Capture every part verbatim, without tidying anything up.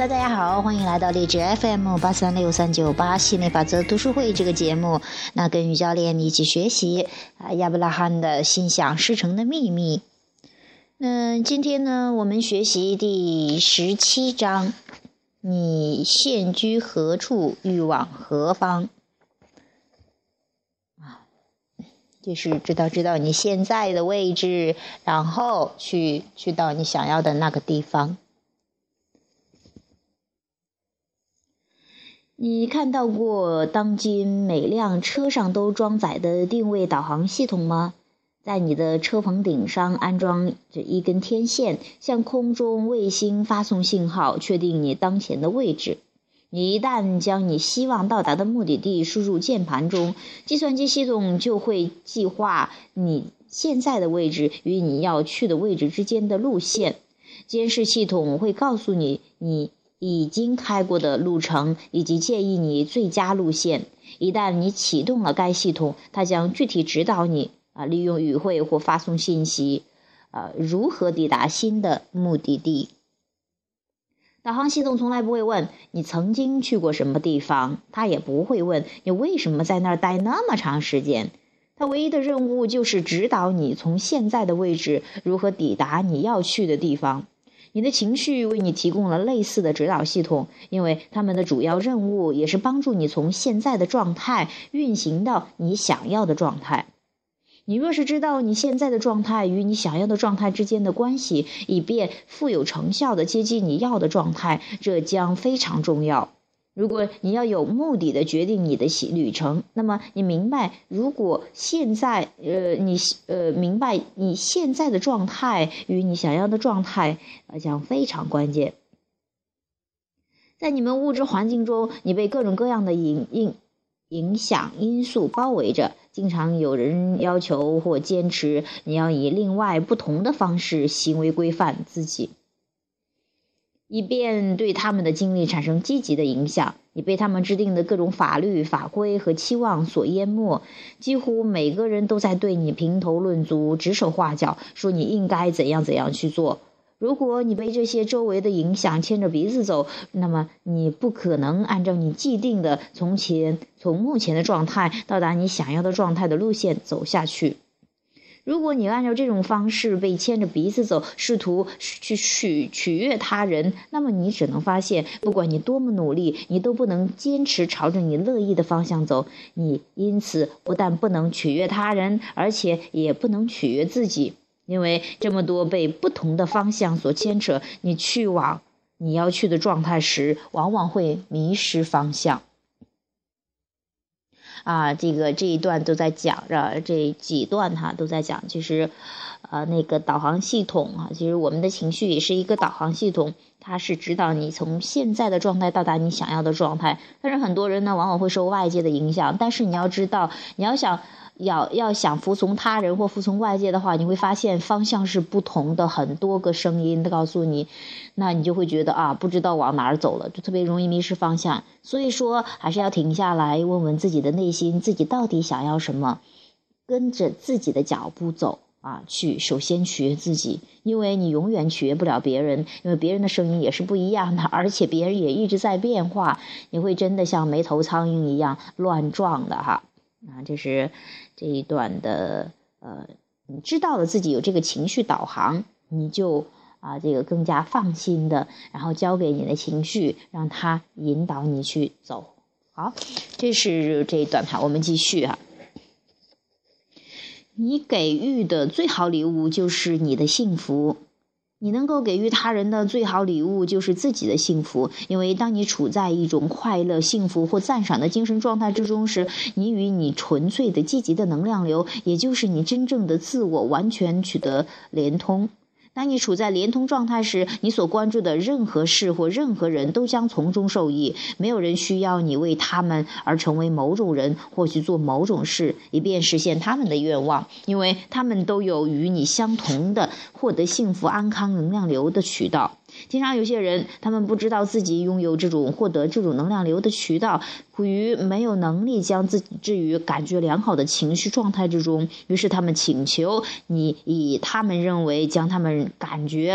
大家好，欢迎来到励志 F M 八三六三九八心理法则读书会这个节目。那跟于教练一起学习啊亚伯拉罕的心想事成的秘密。那今天呢，我们学习第十七章，你现居何处，欲往何方。啊，就是知道知道你现在的位置，然后去去到你想要的那个地方。你看到过当今每辆车上都装载的定位导航系统吗？在你的车棚顶上安装着一根天线，向空中卫星发送信号，确定你当前的位置。你一旦将你希望到达的目的地输入键盘中，计算机系统就会计划你现在的位置与你要去的位置之间的路线。监视系统会告诉你你已经开过的路程以及建议你最佳路线。一旦你启动了该系统，它将具体指导你啊，利用语汇或发送信息啊，如何抵达新的目的地。导航系统从来不会问你曾经去过什么地方，它也不会问你为什么在那儿待那么长时间。它唯一的任务就是指导你从现在的位置如何抵达你要去的地方。你的情绪为你提供了类似的指导系统，因为他们的主要任务也是帮助你从现在的状态运行到你想要的状态。你若是知道你现在的状态与你想要的状态之间的关系，以便富有成效地接近你要的状态，这将非常重要。如果你要有目的地决定你的旅程，那么你明白，如果现在呃你呃明白你现在的状态与你想要的状态，呃将非常关键。在你们物质环境中，你被各种各样的影影影响因素包围着，经常有人要求或坚持你要以另外不同的方式行为规范自己，以便对他们的经历产生积极的影响。你被他们制定的各种法律、法规和期望所淹没，几乎每个人都在对你评头论足、指手画脚，说你应该怎样怎样去做。如果你被这些周围的影响牵着鼻子走，那么你不可能按照你既定的从前从目前的状态到达你想要的状态的路线走下去。如果你按照这种方式被牵着鼻子走，试图去取取悦他人，那么你只能发现，不管你多么努力，你都不能坚持朝着你乐意的方向走。你因此不但不能取悦他人，而且也不能取悦自己，因为这么多被不同的方向所牵扯，你去往你要去的状态时，往往会迷失方向。啊，这个这一段都在讲着，这几段哈都在讲，其实，呃，那个导航系统啊，其实我们的情绪也是一个导航系统，它是指导你从现在的状态到达你想要的状态。但是很多人呢，往往会受外界的影响，但是你要知道，你要想要要想服从他人或服从外界的话，你会发现方向是不同的，很多个声音告诉你，那你就会觉得啊，不知道往哪儿走了，就特别容易迷失方向。所以说还是要停下来问问自己的内心，自己到底想要什么，跟着自己的脚步走啊，去首先取悦自己，因为你永远取悦不了别人，因为别人的声音也是不一样的，而且别人也一直在变化，你会真的像没头苍蝇一样乱撞的哈。啊，这是这一段的呃，你知道了自己有这个情绪导航，你就啊这个更加放心的，然后交给你的情绪，让它引导你去走。好，这是这一段哈，我们继续哈。你给予的最好礼物就是你的幸福。你能够给予他人的最好礼物就是自己的幸福，因为当你处在一种快乐、幸福或赞赏的精神状态之中时，你与你纯粹的积极的能量流，也就是你真正的自我，完全取得连通。当你处在连通状态时，你所关注的任何事或任何人都将从中受益。没有人需要你为他们而成为某种人或去做某种事，以便实现他们的愿望，因为他们都有与你相同的获得幸福安康能量流的渠道。经常有些人，他们不知道自己拥有这种获得这种能量流的渠道，苦于没有能力将自己置于感觉良好的情绪状态之中，于是他们请求你以他们认为将他们感觉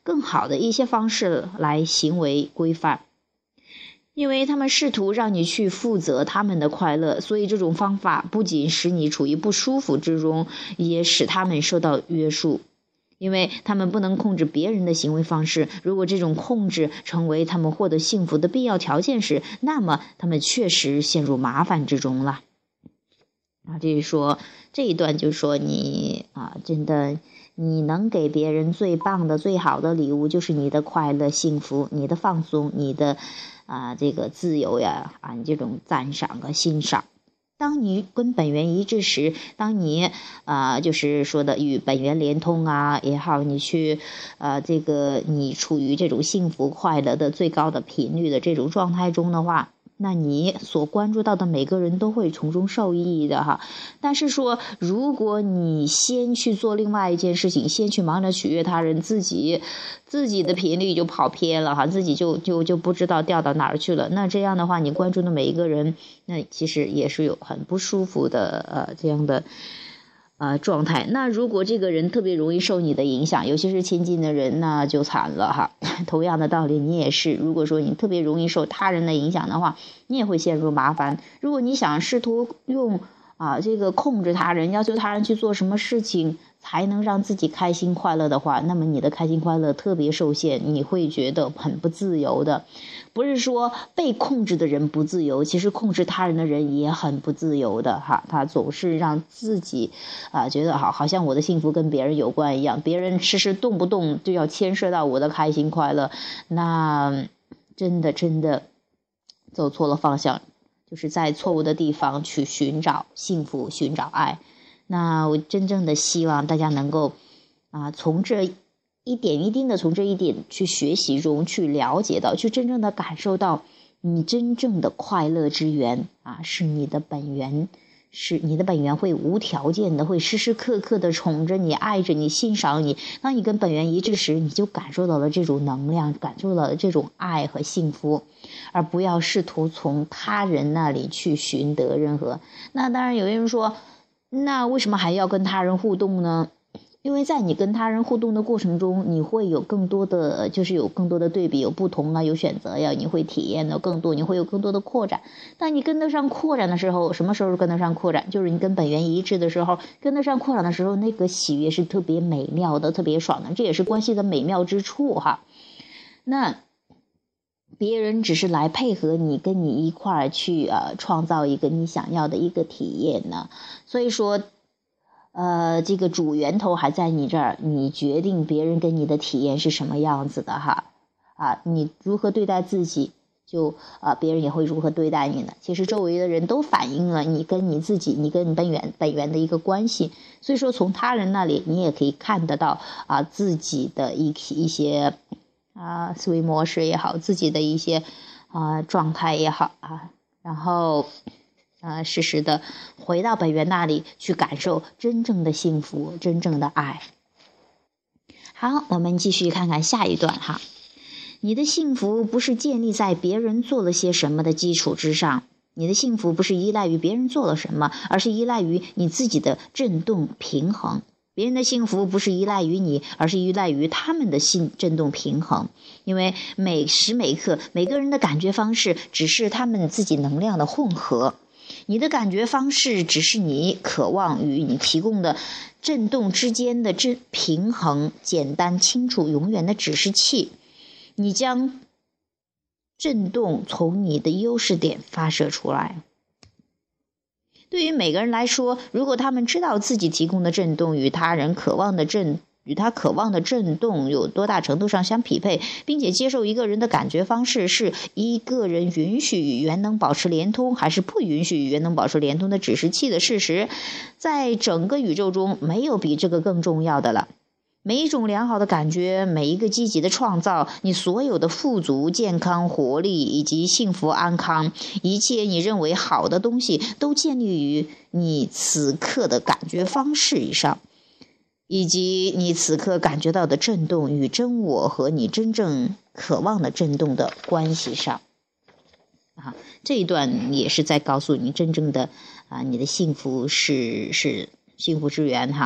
更好的一些方式来行为规范。因为他们试图让你去负责他们的快乐，所以这种方法不仅使你处于不舒服之中，也使他们受到约束。因为他们不能控制别人的行为方式，如果这种控制成为他们获得幸福的必要条件时，那么他们确实陷入麻烦之中了。啊，这是说这一段就是说你啊，真的你能给别人最棒的最好的礼物，就是你的快乐幸福，你的放松，你的啊这个自由呀，啊你这种赞赏和欣赏。当你跟本源一致时，当你啊、呃、就是说的与本源连通啊也好，你去呃这个你处于这种幸福快乐的最高的频率的这种状态中的话，那你所关注到的每个人都会从中受益的哈。但是说，如果你先去做另外一件事情，先去忙着取悦他人，自己自己的频率就跑偏了哈，自己就就就不知道掉到哪儿去了。那这样的话，你关注的每一个人，那其实也是有很不舒服的呃这样的呃状态。那如果这个人特别容易受你的影响，尤其是亲近的人，那就惨了哈。同样的道理，你也是，如果说你特别容易受他人的影响的话，你也会陷入麻烦。如果你想试图用啊这个控制他人，要求他人去做什么事情才能让自己开心快乐的话，那么你的开心快乐特别受限，你会觉得很不自由的。不是说被控制的人不自由，其实控制他人的人也很不自由的哈。他总是让自己啊觉得好好像我的幸福跟别人有关一样，别人其实动不动就要牵涉到我的开心快乐，那真的真的走错了方向，就是在错误的地方去寻找幸福，寻找爱。那我真正的希望大家能够啊从这一点一滴的从这一点去学习中去了解到，去真正的感受到你真正的快乐之源啊，是你的本源，是你的本源会无条件的，会时时刻刻的宠着你，爱着你，欣赏你。当你跟本源一致时，你就感受到了这种能量，感受到了这种爱和幸福，而不要试图从他人那里去寻得任何。那当然有人说，那为什么还要跟他人互动呢？因为在你跟他人互动的过程中，你会有更多的就是有更多的对比，有不同啊，有选择呀，你会体验的更多，你会有更多的扩展。当你跟得上扩展的时候，什么时候跟得上扩展？就是你跟本源一致的时候，跟得上扩展的时候，那个喜悦是特别美妙的，特别爽的，这也是关系的美妙之处哈。那别人只是来配合你，跟你一块儿去呃创造一个你想要的一个体验呢。所以说呃，这个主源头还在你这儿，你决定别人跟你的体验是什么样子的哈，啊，你如何对待自己，就啊，别人也会如何对待你的。其实周围的人都反映了你跟你自己，你跟你本源本源的一个关系。所以说，从他人那里你也可以看得到啊自己的一一些啊思维模式也好，自己的一些啊状态也好啊，然后。呃，适时的回到本源那里去感受真正的幸福，真正的爱。好，我们继续看看下一段哈。你的幸福不是建立在别人做了些什么的基础之上，你的幸福不是依赖于别人做了什么，而是依赖于你自己的振动平衡。别人的幸福不是依赖于你，而是依赖于他们的心振动平衡。因为每时每刻每个人的感觉方式只是他们自己能量的混合，你的感觉方式只是你渴望与你提供的振动之间的这平衡，简单清楚永远的指示器。你将振动从你的优势点发射出来。对于每个人来说，如果他们知道自己提供的振动与他人渴望的振与他渴望的振动有多大程度上相匹配，并且接受一个人的感觉方式是一个人允许与原能保持连通还是不允许与原能保持连通的指示器的事实，在整个宇宙中没有比这个更重要的了。每一种良好的感觉，每一个积极的创造，你所有的富足、健康、活力以及幸福安康，一切你认为好的东西都建立于你此刻的感觉方式以上，以及你此刻感觉到的震动与真我和你真正渴望的震动的关系上。啊，这一段也是在告诉你真正的啊，你的幸福是是幸福之源哈，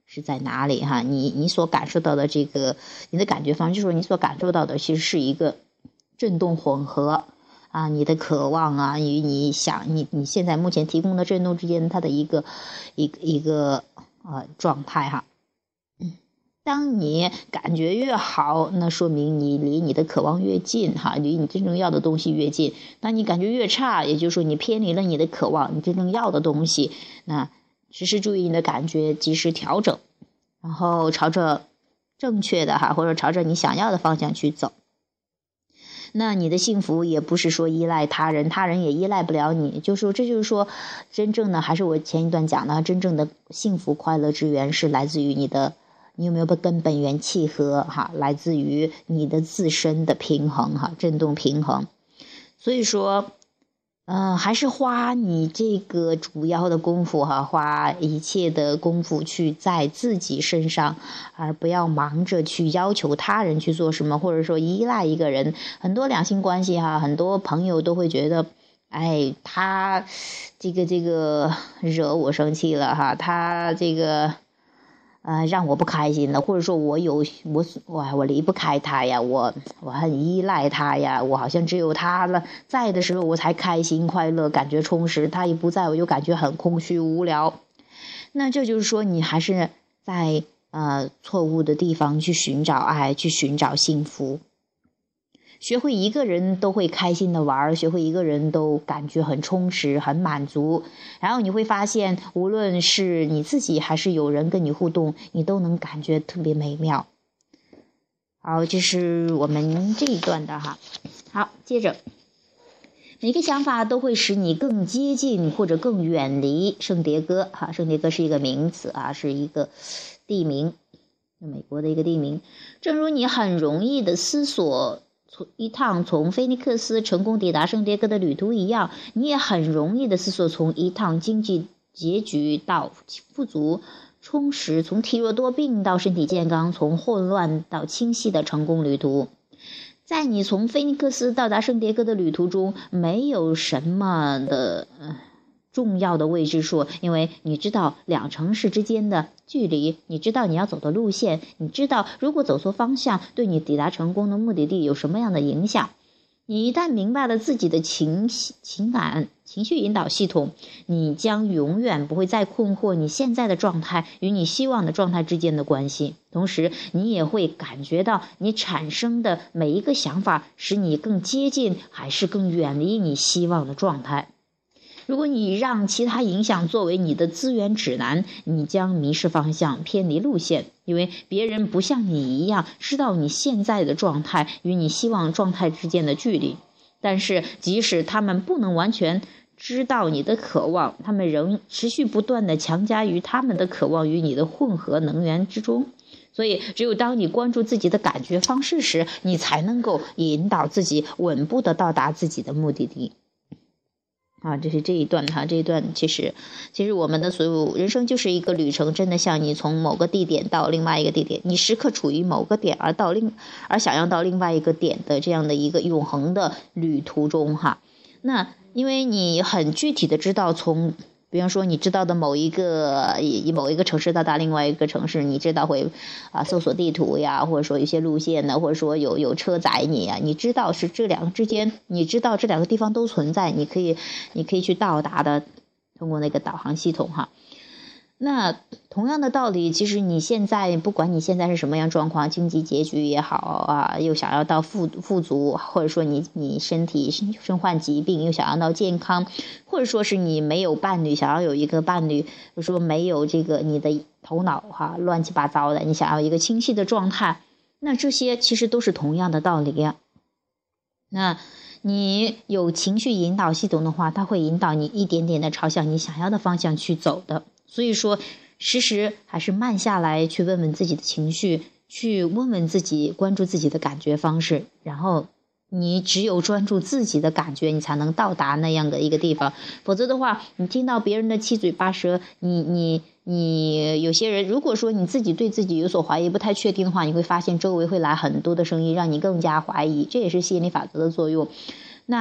是在哪里哈？你你所感受到的这个，你的感觉方式，就是说你所感受到的其实是一个震动混合啊，你的渴望啊，与你想你你现在目前提供的震动之间，它的一个一个一个呃状态哈。当你感觉越好，那说明你离你的渴望越近哈，离你真正要的东西越近。当你感觉越差，也就是说你偏离了你的渴望，你真正要的东西，那时时注意你的感觉，及时调整，然后朝着正确的哈，或者朝着你想要的方向去走。那你的幸福也不是说依赖他人，他人也依赖不了你，就是说这就是说真正的，还是我前一段讲的，真正的幸福快乐之源是来自于你的，你有没有跟本源契合哈，来自于你的自身的平衡哈，振动平衡。所以说呃，还是花你这个主要的功夫哈，花一切的功夫去在自己身上，而不要忙着去要求他人去做什么，或者说依赖一个人。很多两性关系哈，很多朋友都会觉得，哎，他这个这个惹我生气了哈，他这个呃，让我不开心了，或者说我有我我我离不开他呀，我我很依赖他呀，我好像只有他了在的时候我才开心快乐，感觉充实，他一不在我就感觉很空虚无聊。那这就是说你还是在呃错误的地方去寻找爱，去寻找幸福。学会一个人都会开心的玩，学会一个人都感觉很充实很满足，然后你会发现无论是你自己还是有人跟你互动，你都能感觉特别美妙。好，这是我们这一段的哈。好，接着每个想法都会使你更接近或者更远离圣迭戈哈，圣迭戈是一个名词啊，是一个地名，美国的一个地名。正如你很容易的思索一趟从菲尼克斯成功抵达圣迭戈的旅途一样，你也很容易的思索从一趟经济拮据到富足充实，从体弱多病到身体健康，从混乱到清晰的成功旅途。在你从菲尼克斯到达圣迭戈的旅途中，没有什么的、呃、重要的未知数，因为你知道两城市之间的距离，你知道你要走的路线，你知道如果走错方向对你抵达成功的目的地有什么样的影响。你一旦明白了自己的情情感情绪引导系统，你将永远不会再困惑你现在的状态与你希望的状态之间的关系。同时你也会感觉到你产生的每一个想法使你更接近还是更远离你希望的状态。如果你让其他影响作为你的资源指南，你将迷失方向，偏离路线，因为别人不像你一样知道你现在的状态与你希望状态之间的距离。但是即使他们不能完全知道你的渴望，他们仍持续不断地强加于他们的渴望与你的混合能源之中。所以只有当你关注自己的感觉方式时，你才能够引导自己稳步地到达自己的目的地。啊，这是这一段哈，这一段其实其实我们的所有人生就是一个旅程，真的像你从某个地点到另外一个地点，你时刻处于某个点而到另而想要到另外一个点的这样的一个永恒的旅途中哈。那因为你很具体的知道从比方说你知道的某一个以某一个城市到达另外一个城市，你知道会啊搜索地图呀，或者说一些路线呢，或者说有有车载你呀，你知道是这两个之间，你知道这两个地方都存在，你可以你可以去到达的，通过那个导航系统哈。那同样的道理，其实你现在不管你现在是什么样状况，经济拮据也好啊，又想要到富富足，或者说你你身体身患疾病又想要到健康，或者说是你没有伴侣想要有一个伴侣，或者说没有这个你的头脑哈乱七八糟的，你想要一个清晰的状态，那这些其实都是同样的道理呀。那你有情绪引导系统的话，它会引导你一点点的朝向你想要的方向去走的。所以说时时还是慢下来，去问问自己的情绪，去问问自己，关注自己的感觉方式，然后你只有专注自己的感觉，你才能到达那样的一个地方。否则的话，你听到别人的七嘴八舌，你你你有些人如果说你自己对自己有所怀疑，不太确定的话，你会发现周围会来很多的声音让你更加怀疑，这也是吸引力法则的作用。那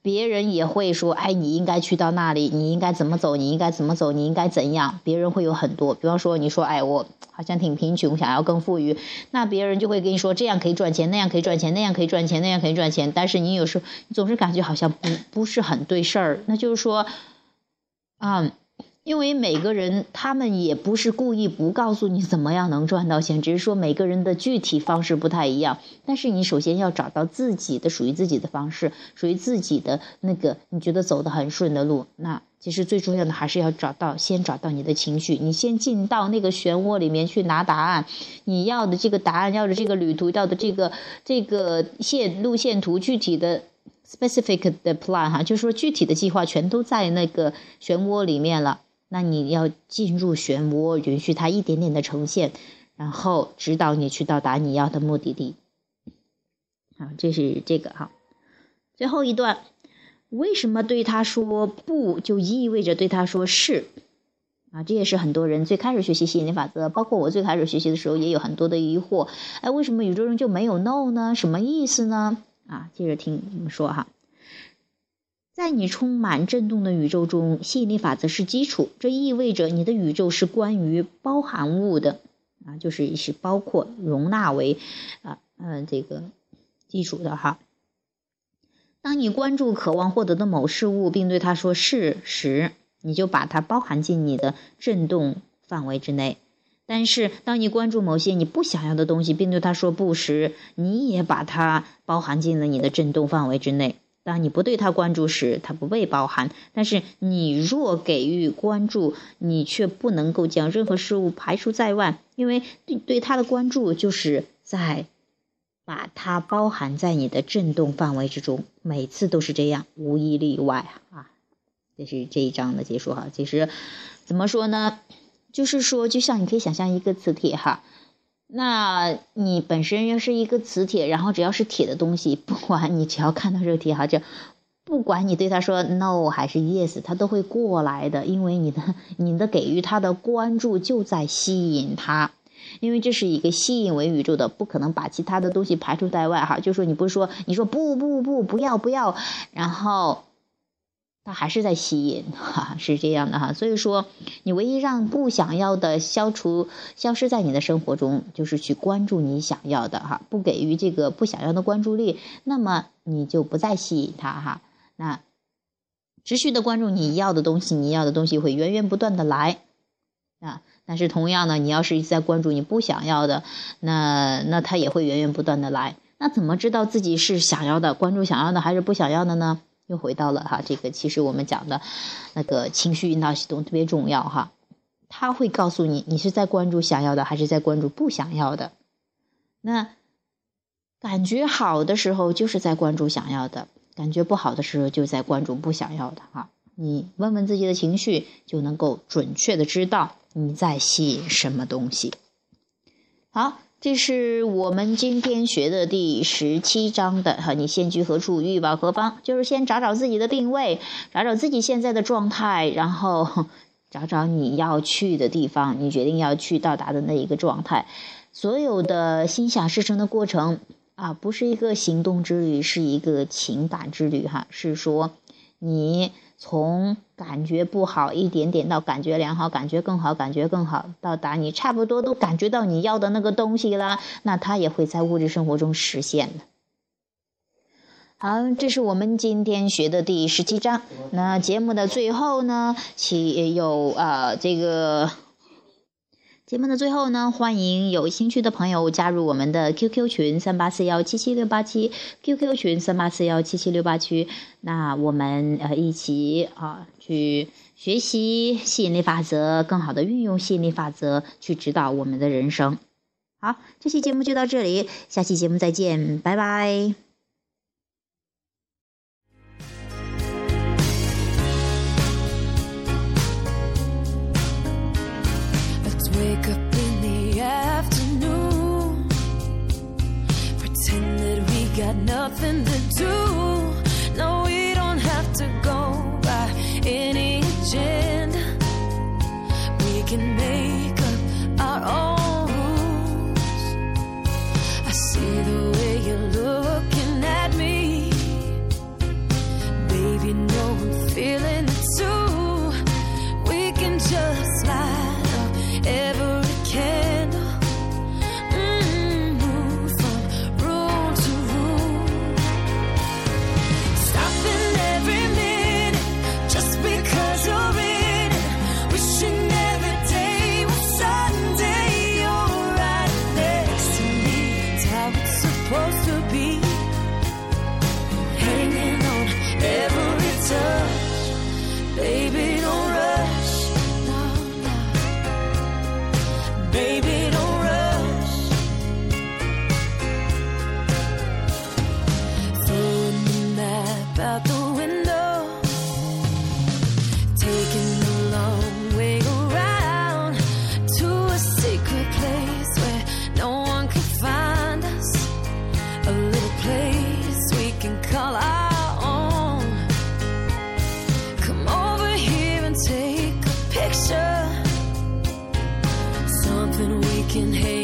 别人也会说，哎，你应该去到那里，你应该怎么走，你应该怎么走，你应该怎样，别人会有很多，比方说你说，哎，我好像挺贫穷，想要更富裕，那别人就会跟你说，这样可以赚钱，那样可以赚钱，那样可以赚钱，那样可以赚钱，但是你有时候你总是感觉好像不不是很对事儿，那就是说嗯因为每个人他们也不是故意不告诉你怎么样能赚到钱，只是说每个人的具体方式不太一样，但是你首先要找到自己的属于自己的方式，属于自己的那个你觉得走得很顺的路。那其实最重要的还是要找到先找到你的情绪，你先进到那个漩涡里面去拿答案，你要的这个答案，要的这个旅途，要的这个这个线路线图，具体的specific 的 plan 哈，就是说具体的计划全都在那个漩涡里面了。那你要进入漩涡，允许它一点点的呈现，然后指导你去到达你要的目的地。好，这是这个哈。最后一段，为什么对他说不就意味着对他说是啊？这也是很多人最开始学习吸引力法则，包括我最开始学习的时候也有很多的疑惑。哎，为什么宇宙中就没有 no 呢？什么意思呢？啊，接着听我们说哈。在你充满震动的宇宙中，吸引力法则是基础，这意味着你的宇宙是关于包含物的啊，就是是包括容纳为啊嗯、呃、这个基础的哈。当你关注渴望获得的某事物，并对它说是时，你就把它包含进你的震动范围之内。但是当你关注某些你不想要的东西，并对它说不时，你也把它包含进了你的震动范围之内。当你不对它关注时，它不被包含，但是你若给予关注，你却不能够将任何事物排除在外，因为对对它的关注就是在把它包含在你的震动范围之中，每次都是这样，无一例外啊。这是这一章的结束哈。其实怎么说呢，就是说就像你可以想象一个磁铁哈，那你本身要是一个磁铁，然后只要是铁的东西，不管你只要看到这个铁哈，这不管你对他说 no 还是 yes， 他都会过来的，因为你的你的给予他的关注就在吸引他，因为这是一个吸引为宇宙的，不可能把其他的东西排除在外哈。就说你不是说你说不不不不要不要，然后它还是在吸引哈，是这样的哈。所以说你唯一让不想要的消除消失在你的生活中，就是去关注你想要的哈，不给予这个不想要的关注力，那么你就不再吸引它哈。那持续的关注你要的东西，你要的东西会源源不断的来啊。但是同样呢，你要是一直在关注你不想要的，那那它也会源源不断的来。那怎么知道自己是想要的，关注想要的还是不想要的呢？又回到了哈，这个其实我们讲的那个情绪引导系统特别重要哈，它会告诉你你是在关注想要的还是在关注不想要的。那感觉好的时候就是在关注想要的，感觉不好的时候就在关注不想要的哈。你问问自己的情绪，就能够准确的知道你在吸引什么东西。好，这是我们今天学的第十七章的哈，你现居何处，欲往何方，就是先找找自己的定位，找找自己现在的状态，然后找找你要去的地方，你决定要去到达的那一个状态。所有的心想事成的过程啊，不是一个行动之旅，是一个情感之旅哈，是说你从感觉不好一点点到感觉良好，感觉更好，感觉更好，到达你差不多都感觉到你要的那个东西啦，那它也会在物质生活中实现的。好，这是我们今天学的第十七章。那节目的最后呢，其有呃这个节目的最后呢，欢迎有兴趣的朋友加入我们的 Q Q 群三八四幺七七六八七 Q Q 群三八四幺七七六八七，那我们呃一起啊去学习吸引力法则，更好的运用吸引力法则去指导我们的人生。好，这期节目就到这里，下期节目再见，拜拜。 Wake up in the afternoon, pretend that we got nothing to do. No, we don't have to go by any agenda. We can make up our own rules. I see the way you're looking at me, baby. can hate